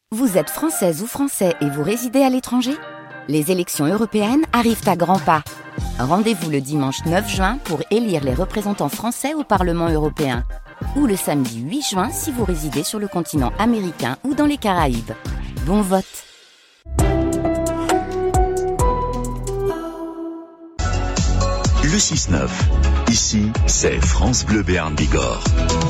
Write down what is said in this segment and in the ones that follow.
Vous êtes française ou français et vous résidez à l'étranger ? Les élections européennes arrivent à grands pas. Rendez-vous le dimanche 9 juin pour élire les représentants français au Parlement européen. Ou le samedi 8 juin si vous résidez sur le continent américain ou dans les Caraïbes. Bon vote! Le 6-9. Ici, c'est France Bleu Béarn Bigorre.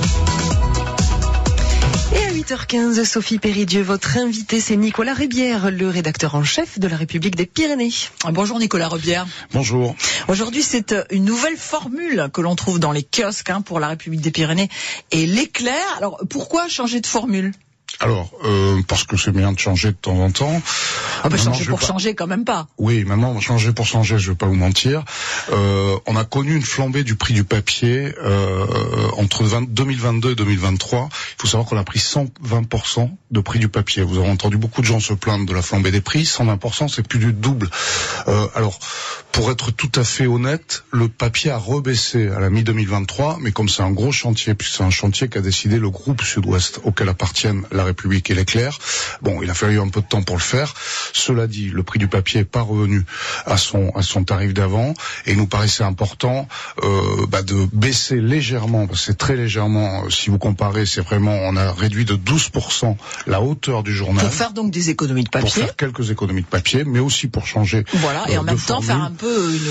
Et à 8h15, Sophie Péridieu, votre invité, c'est Nicolas Rebière, le rédacteur en chef de la République des Pyrénées. Bonjour Nicolas Rebière. Bonjour. Aujourd'hui, c'est une nouvelle formule que l'on trouve dans les kiosques pour la République des Pyrénées et l'éclair. Alors, pourquoi changer de formule ? Alors, parce que c'est bien de changer de temps en temps. Changer pour changer, quand même pas. Oui, maintenant, changer pour changer, je vais pas vous mentir. On a connu une flambée du prix du papier entre 2022 et 2023. Il faut savoir qu'on a pris 120% de prix du papier. Vous avez entendu beaucoup de gens se plaindre de la flambée des prix. 120%, c'est plus du double. Alors, pour être tout à fait honnête, le papier a rebaissé à la mi-2023, mais comme c'est un gros chantier, puis c'est un chantier qu'a décidé le groupe Sud-Ouest, auquel appartiennent la République et l'éclair. Bon, il a fallu un peu de temps pour le faire. Cela dit, le prix du papier n'est pas revenu à son tarif d'avant, et il nous paraissait important de baisser légèrement, parce que c'est très légèrement, si vous comparez, c'est vraiment, on a réduit de 12% la hauteur du journal. Pour faire donc des économies de papier. Pour faire quelques économies de papier, mais aussi pour changer. Voilà, et en même temps faire un peu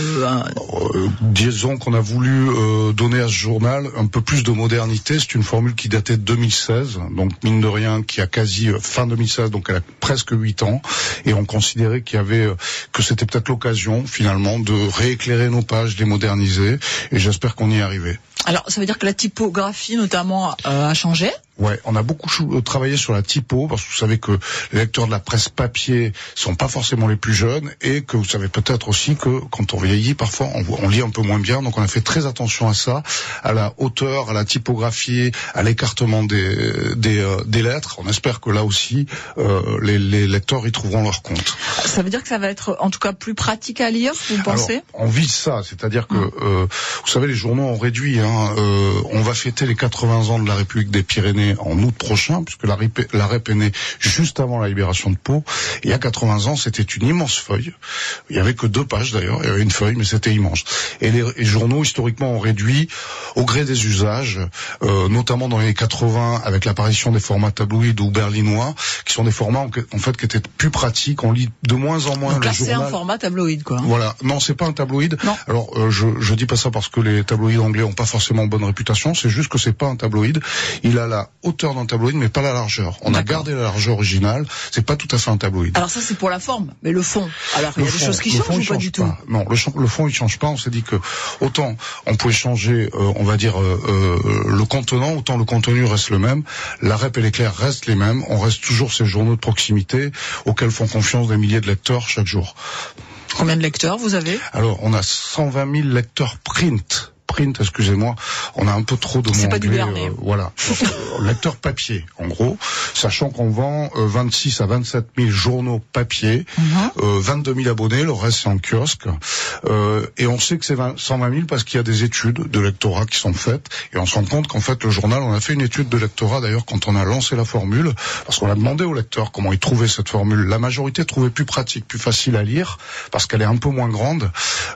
disons qu'on a voulu donner à ce journal un peu plus de modernité. C'est une formule qui datait de 2016, donc mine de rien, qui a quasi fin 2016, donc elle a presque 8 ans, et on considérait qu'il y avait que c'était peut-être l'occasion finalement de rééclairer nos pages, de les moderniser, et j'espère qu'on y est arrivé. Alors, ça veut dire que la typographie notamment a changé ? Ouais, on a beaucoup travaillé sur la typo, parce que vous savez que les lecteurs de la presse papier sont pas forcément les plus jeunes, et que vous savez peut-être aussi que quand on vieillit, parfois on lit un peu moins bien, donc on a fait très attention à ça, à la hauteur, à la typographie, à l'écartement des lettres. On espère que là aussi, les lecteurs y trouveront leur compte. Ça veut dire que ça va être en tout cas plus pratique à lire, vous pensez ? Alors, on vise ça, c'est-à-dire que, vous savez, les journaux ont réduit, on va fêter les 80 ans de la République des Pyrénées en août prochain, puisque la REP est née juste avant la libération de Pau. Et il y a 80 ans, c'était une immense feuille. Il y avait que 2 pages d'ailleurs, il y avait une feuille, mais c'était immense. Et les journaux, historiquement, ont réduit au gré des usages, notamment dans les années 80, avec l'apparition des formats tabloïds ou berlinois, qui sont des formats en fait qui étaient plus pratiques. On lit de moins en moins donc le là, journal. C'est un format tabloïd, quoi. Voilà. Non, c'est pas un tabloïd. Non. Alors, je dis pas ça parce que les tabloïds anglais ont pas forcément bonne réputation. C'est juste que c'est pas un tabloïd. Il a la hauteur d'un tabloïd, mais pas la largeur. On a gardé la largeur originale. C'est pas tout à fait un tabloïd. Alors ça, c'est pour la forme, mais le fond. Alors il y a des choses qui changent ou pas du tout ? Non, le fond il change pas. On s'est dit que autant on pouvait changer, on va dire le contenant, autant le contenu reste le même. La REP et l'éclair restent les mêmes. On reste toujours ces journaux de proximité auxquels font confiance des milliers de lecteurs chaque jour. Combien de lecteurs vous avez ? Alors on a 120 000 lecteurs print, excusez-moi, on a un peu trop de mots anglais. C'est pas du Béarnais. Voilà, lecteur papier, en gros, sachant qu'on vend 26 à 27 000 journaux papier, 22 000 abonnés, le reste c'est en kiosque, et on sait que c'est 120 000 parce qu'il y a des études de lectorat qui sont faites, et on se rend compte qu'en fait le journal, on a fait une étude de lectorat d'ailleurs quand on a lancé la formule, parce qu'on a demandé aux lecteurs comment ils trouvaient cette formule. La majorité trouvait plus pratique, plus facile à lire, parce qu'elle est un peu moins grande,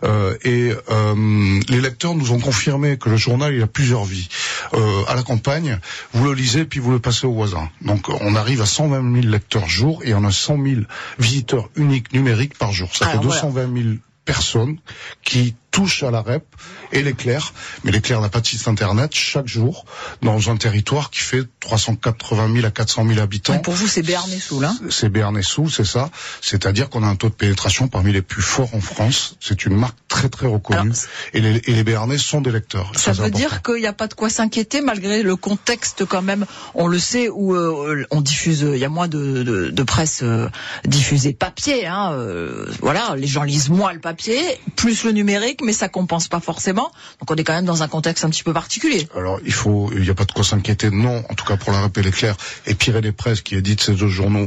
et les lecteurs nous ont confirmé que le journal il a plusieurs vies. À la campagne, vous le lisez puis vous le passez au voisin. Donc on arrive à 120 000 lecteurs jour et on a 100 000 visiteurs uniques numériques par jour. Ça fait 220 000 personnes qui touchent à la REP et l'éclair, mais l'éclair n'a pas de site internet, chaque jour dans un territoire qui fait 380 000 à 400 000 habitants. Mais pour vous, c'est Béarn-et-Soul, hein ? C'est Béarn-et-Soul, c'est ça. C'est-à-dire qu'on a un taux de pénétration parmi les plus forts en France. C'est une marque très très reconnue. Alors, et les Béarnais sont des lecteurs. Ça veut dire qu'il n'y a pas de quoi s'inquiéter malgré le contexte quand même, on le sait, où on diffuse, il y a moins de presse diffusée papier, voilà, les gens lisent moins le papier, plus le numérique, mais ça compense pas forcément. Donc on est quand même dans un contexte un petit peu particulier. Alors il n'y a pas de quoi s'inquiéter, non. En tout cas pour la REP et l'éclair et Pyrénées Presse qui édite ces 2 journaux,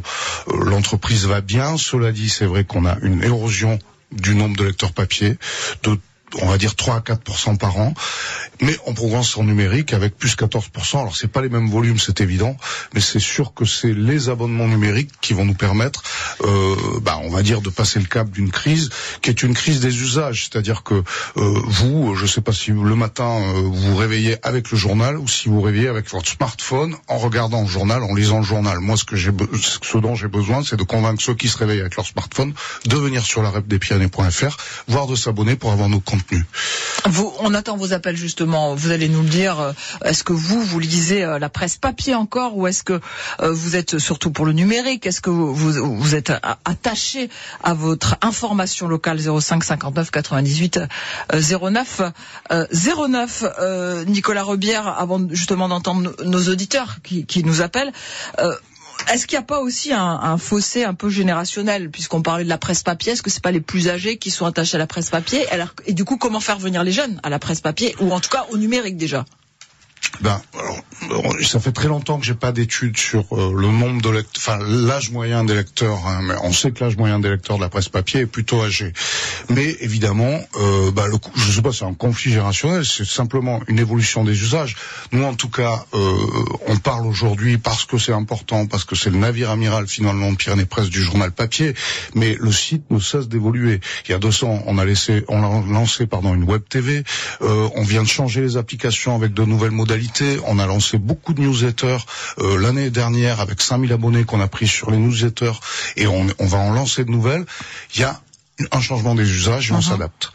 l'entreprise va bien. Cela dit, c'est vrai qu'on a une érosion du nombre de lecteurs papier, on va dire 3 à 4% par an, mais on progresse en numérique avec plus 14%. Alors c'est pas les mêmes volumes, c'est évident, mais c'est sûr que c'est les abonnements numériques qui vont nous permettre, on va dire, de passer le cap d'une crise qui est une crise des usages. C'est-à-dire que vous, je sais pas si le matin vous vous réveillez avec le journal ou si vous vous réveillez avec votre smartphone en regardant le journal, en lisant le journal. Moi, ce dont j'ai besoin, c'est de convaincre ceux qui se réveillent avec leur smartphone de venir sur la repdespyrénées.fr, voire de s'abonner pour avoir nos contenus. On attend vos appels justement. Vous allez nous le dire. Est-ce que vous lisez la presse papier encore, ou est-ce que vous êtes surtout pour le numérique? Est-ce que vous êtes attaché à votre information locale? 05 59 98 09 09. Nicolas Rebière, avant justement d'entendre nos auditeurs qui nous appellent. Est-ce qu'il n'y a pas aussi un fossé un peu générationnel, puisqu'on parlait de la presse papier? Est-ce que c'est pas les plus âgés qui sont attachés à la presse papier? Et du coup, comment faire venir les jeunes à la presse papier, ou en tout cas au numérique déjà? Alors, ça fait très longtemps que j'ai pas d'études sur le nombre de lecteurs, enfin l'âge moyen des lecteurs, mais on sait que l'âge moyen des lecteurs de la presse papier est plutôt âgé. Mais évidemment, je sais pas, c'est un conflit générationnel, c'est simplement une évolution des usages. Nous, en tout cas, on parle aujourd'hui parce que c'est important, parce que c'est le navire amiral finalement de Pyrénées Presse du journal papier, mais le site ne cesse d'évoluer. Il y a 2 ans, on a lancé une web TV, on vient de changer les applications avec de nouvelles modalités. On a lancé beaucoup de newsletters l'année dernière avec 5000 abonnés qu'on a pris sur les newsletters, et on va en lancer de nouvelles. Il y a un changement des usages et on s'adapte.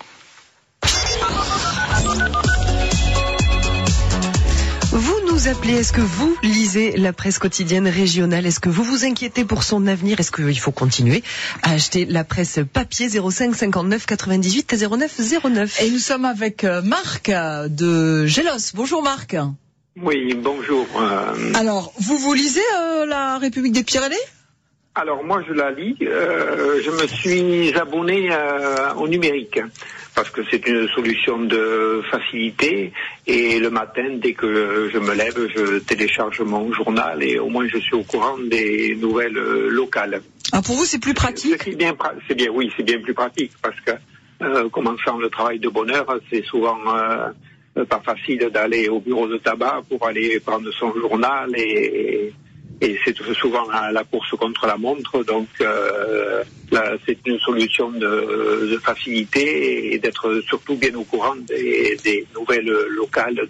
Vous nous appelez, est-ce que vous lisez la presse quotidienne régionale? Est-ce que vous vous inquiétez pour son avenir? Est-ce qu'il faut continuer à acheter la presse papier? 05 59 98 09 09. Et nous sommes avec Marc de Gélos. Bonjour Marc. Oui, bonjour. Alors, vous lisez la République des Pyrénées? Alors moi je la lis, je me suis abonné au numérique parce que c'est une solution de facilité, et le matin dès que je me lève je télécharge mon journal et au moins je suis au courant des nouvelles locales. Ah, pour vous c'est plus pratique? C'est bien plus pratique parce que commençant le travail de bonne heure, c'est souvent pas facile d'aller au bureau de tabac pour aller prendre son journal, et c'est souvent la course contre la montre, donc c'est une solution de facilité et d'être surtout bien au courant des nouvelles locales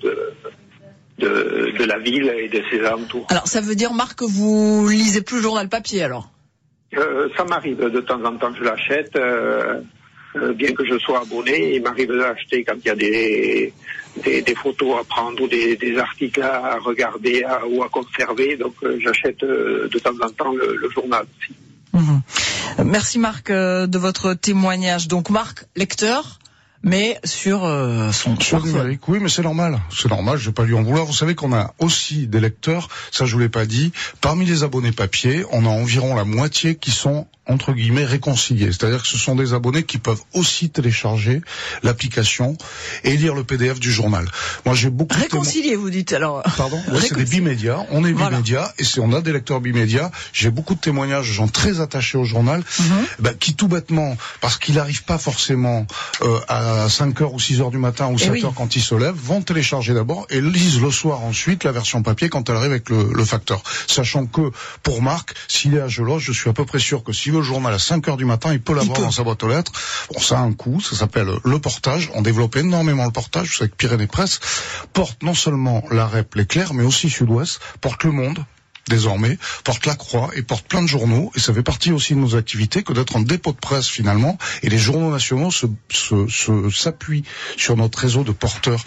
de la ville et de ses alentours. Alors ça veut dire, Marc, que vous lisez plus le journal papier alors? Ça m'arrive de temps en temps, je l'achète, bien que je sois abonné, il m'arrive de l'acheter quand il y a des photos à prendre ou des articles à regarder ou à conserver, donc j'achète de temps en temps le journal aussi. Merci Marc de votre témoignage. Donc Marc, lecteur, mais sur son numérique. Oui, mais c'est normal, je vais pas lui en vouloir. Vous savez qu'on a aussi des lecteurs, ça je vous l'ai pas dit, parmi les abonnés papier, on a environ la moitié qui sont entre guillemets réconciliés, c'est-à-dire que ce sont des abonnés qui peuvent aussi télécharger l'application et lire le PDF du journal. Moi j'ai beaucoup réconciliés, vous dites alors. Pardon, ouais, c'est des bimédias, on est bimédias, et on a des lecteurs bimédias. J'ai beaucoup de témoignages de gens très attachés au journal, qui tout bêtement, parce qu'ils n'arrivent pas forcément à 5h ou 6h du matin ou 7h quand ils se lèvent, vont télécharger d'abord et lisent le soir ensuite la version papier quand elle arrive avec le facteur. Sachant que pour Marc, s'il est à Gelos, je suis à peu près sûr que s'il veut le journal à 5h du matin, il peut l'avoir dans sa boîte aux lettres. Bon, ça a un coût, ça s'appelle le portage. On développe énormément le portage. Vous savez que Pyrénées Presse porte non seulement la REP l'Éclair, mais aussi Sud-Ouest, porte Le Monde, désormais, porte La Croix et porte plein de journaux, et ça fait partie aussi de nos activités que d'être un dépôt de presse finalement, et les journaux nationaux s'appuient sur notre réseau de porteurs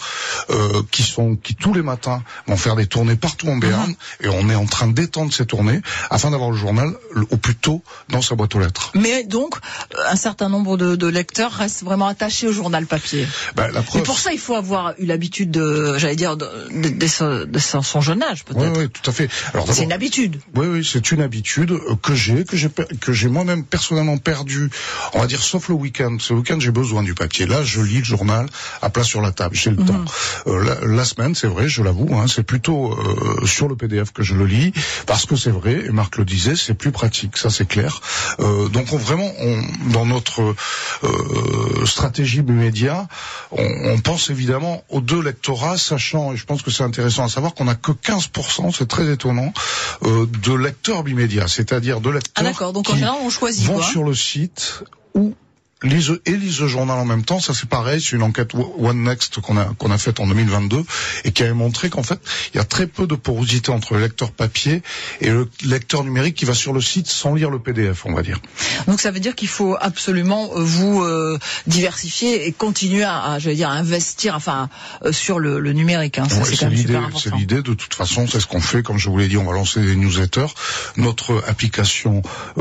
qui tous les matins vont faire des tournées partout en Béarn, et on est en train d'étendre ces tournées afin d'avoir le journal au plus tôt dans sa boîte aux lettres. Mais donc, un certain nombre de lecteurs restent vraiment attachés au journal papier. La preuve... Et pour ça, il faut avoir eu l'habitude dès son jeune âge, peut-être. Oui, tout à fait. Alors, c'est une habitude. Oui, c'est une habitude que j'ai moi-même personnellement perdu, on va dire, sauf le week-end. Ce week-end, j'ai besoin du papier. Là, je lis le journal à plat sur la table. J'ai le temps. La semaine, c'est vrai, je l'avoue, hein, c'est plutôt sur le PDF que je le lis, parce que c'est vrai, et Marc le disait, c'est plus pratique, ça c'est clair. Donc dans notre stratégie média, on pense évidemment aux deux lectorats, sachant, et je pense que c'est intéressant à savoir, qu'on n'a que 15%, c'est très étonnant, de lecteurs bimédia, c'est-à-dire de lecteurs donc en général, on choisit, vont sur le site ou lisent le journal en même temps. Ça c'est pareil, c'est une enquête One Next qu'on a faite en 2022 et qui avait montré qu'en fait il y a très peu de porosité entre le lecteur papier et le lecteur numérique qui va sur le site sans lire le PDF, on va dire. Donc ça veut dire qu'il faut absolument vous diversifier et continuer à investir sur le numérique. Hein. Ça, ouais, c'est quand même super important. C'est l'idée, de toute façon, c'est ce qu'on fait. Comme je vous l'ai dit, on va lancer des newsletters. Notre application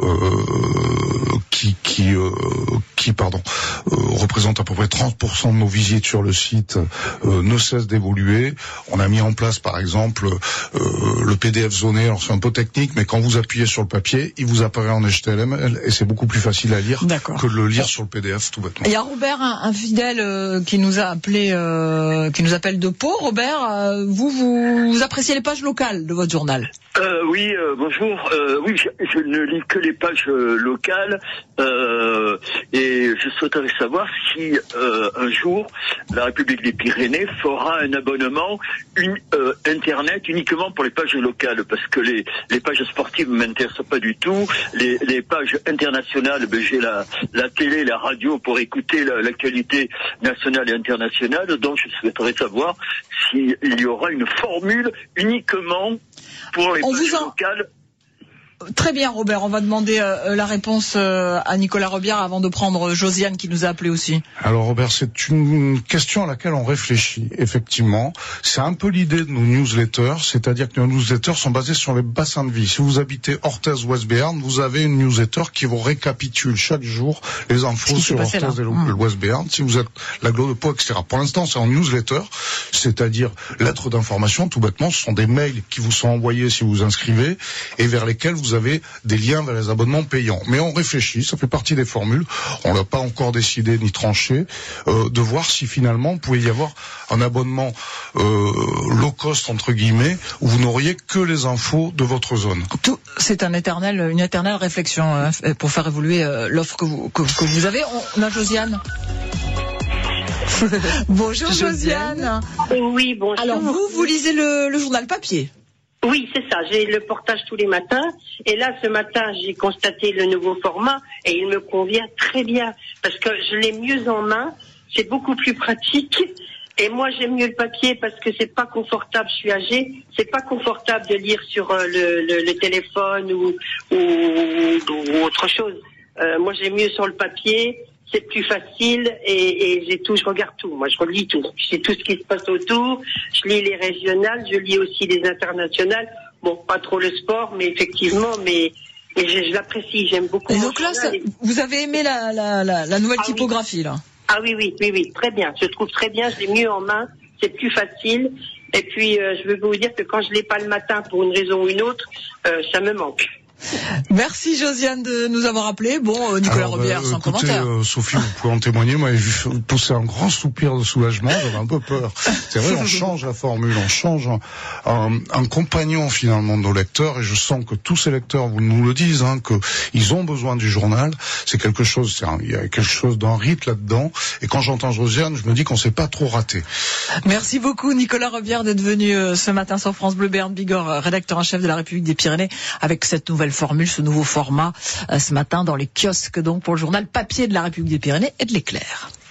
qui représente à peu près 30% de nos visites sur le site ne cesse d'évoluer. On a mis en place par exemple le PDF zoné. Alors c'est un peu technique, mais quand vous appuyez sur le papier, il vous apparaît en HTML et c'est beaucoup plus facile à lire que de le lire sur le PDF tout bêtement. Il y a Robert, un fidèle qui nous a appelé, qui nous appelle de Pau. Robert, vous appréciez les pages locales de votre journal? Oui, bonjour. Oui, je ne lis que les pages locales et je souhaiterais savoir si un jour la République des Pyrénées fera un abonnement Internet uniquement pour les pages locales, parce que les pages sportives ne m'intéressent pas du tout. Les pages internationales, j'ai la télé, la radio pour écouter l'actualité nationale et internationale, donc je souhaiterais savoir s'il y aura une formule uniquement pour les pages locales. Très bien, Robert. On va demander la réponse à Nicolas Robillard avant de prendre Josiane qui nous a appelé aussi. Alors Robert, c'est une question à laquelle on réfléchit, effectivement. C'est un peu l'idée de nos newsletters, c'est-à-dire que nos newsletters sont basés sur les bassins de vie. Si vous habitez Orthez ou West-Béarn, vous avez une newsletter qui vous récapitule chaque jour les infos sur Orthez et le West-Béarn. Si vous êtes l'Aglo de Pau, etc. Pour l'instant, c'est en newsletter, c'est-à-dire lettres d'information, tout bêtement. Ce sont des mails qui vous sont envoyés si vous vous inscrivez et vers lesquels vous avez des liens vers les abonnements payants. Mais on réfléchit, ça fait partie des formules, on n'a pas encore décidé ni tranché, de voir si finalement il pouvait y avoir un abonnement low cost entre guillemets, où vous n'auriez que les infos de votre zone. C'est une éternelle réflexion pour faire évoluer l'offre que vous avez. On a Josiane. Bonjour Josiane. Oui, bonjour. Alors vous lisez le journal papier? Oui, c'est ça. J'ai le portage tous les matins. Et là, ce matin, j'ai constaté le nouveau format et il me convient très bien parce que je l'ai mieux en main. C'est beaucoup plus pratique. Et moi, j'aime mieux le papier parce que c'est pas confortable. Je suis âgée. C'est pas confortable de lire sur le téléphone ou autre chose. Moi, j'aime mieux sur le papier. C'est plus facile et je regarde tout. Moi, je relis tout. Je sais tout ce qui se passe autour. Je lis les régionales, je lis aussi les internationales. Bon, pas trop le sport, mais effectivement, mais je l'apprécie. J'aime beaucoup. Et donc là, vous avez aimé la nouvelle typographie, là? Ah oui, très bien. Je trouve très bien. Je l'ai mieux en main. C'est plus facile. Et puis, je veux vous dire que quand je l'ai pas le matin pour une raison ou une autre, ça me manque. Merci Josiane de nous avoir appelé. Bon, Nicolas Robillard, sans commentaire. Sophie, vous pouvez en témoigner. Moi, j'ai poussé un grand soupir de soulagement. J'avais un peu peur. C'est vrai, on change la formule, on change un compagnon finalement de nos lecteurs. Et je sens que tous ces lecteurs vous nous le disent, que ils ont besoin du journal. C'est quelque chose. Il y a quelque chose d'un rite là-dedans. Et quand j'entends Josiane, je me dis qu'on s'est pas trop raté. Merci beaucoup Nicolas Robillard d'être venu ce matin sur France Bleu Béarn Bigorre, rédacteur en chef de la République des Pyrénées, avec cette nouvelle formule, ce nouveau format ce matin dans les kiosques donc pour le journal papier de la République des Pyrénées et de l'Éclair.